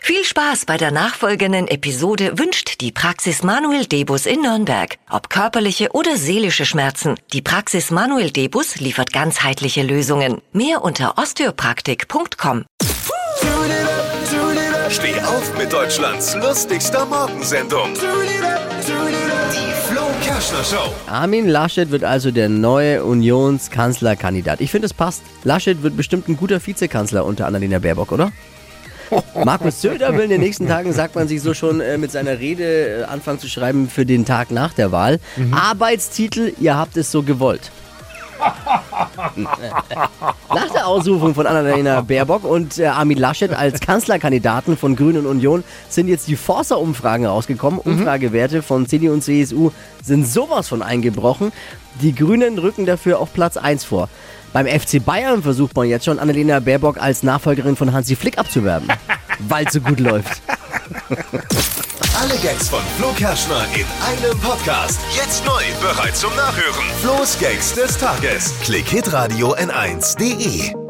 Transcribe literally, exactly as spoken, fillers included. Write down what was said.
Viel Spaß bei der nachfolgenden Episode wünscht die Praxis Manuel Debus in Nürnberg. Ob körperliche oder seelische Schmerzen, die Praxis Manuel Debus liefert ganzheitliche Lösungen. Mehr unter osteopraktik punkt com. Steh auf mit Deutschlands lustigster Morgensendung. Die Flo Kerschner Show. Armin Laschet wird also der neue Unionskanzlerkandidat. Ich finde, es passt. Laschet wird bestimmt ein guter Vizekanzler unter Annalena Baerbock, oder? Markus Söder will in den nächsten Tagen, sagt man sich so schon, äh, mit seiner Rede äh, anfangen zu schreiben für den Tag nach der Wahl. Mhm. Arbeitstitel, ihr habt es so gewollt. Nach der Ausrufung von Annalena Baerbock und äh, Armin Laschet als Kanzlerkandidaten von Grünen und Union sind jetzt die Forsa-Umfragen rausgekommen. Mhm. Umfragewerte von C D U und C S U sind sowas von eingebrochen. Die Grünen rücken dafür auf Platz eins vor. Beim F C Bayern versucht man jetzt schon, Annalena Baerbock als Nachfolgerin von Hansi Flick abzuwerben, weil es so gut läuft. Alle Gags von Flo Kerschner in einem Podcast. Jetzt neu, bereit zum Nachhören. Flo's Gags des Tages. Klick hitradio n eins punkt de.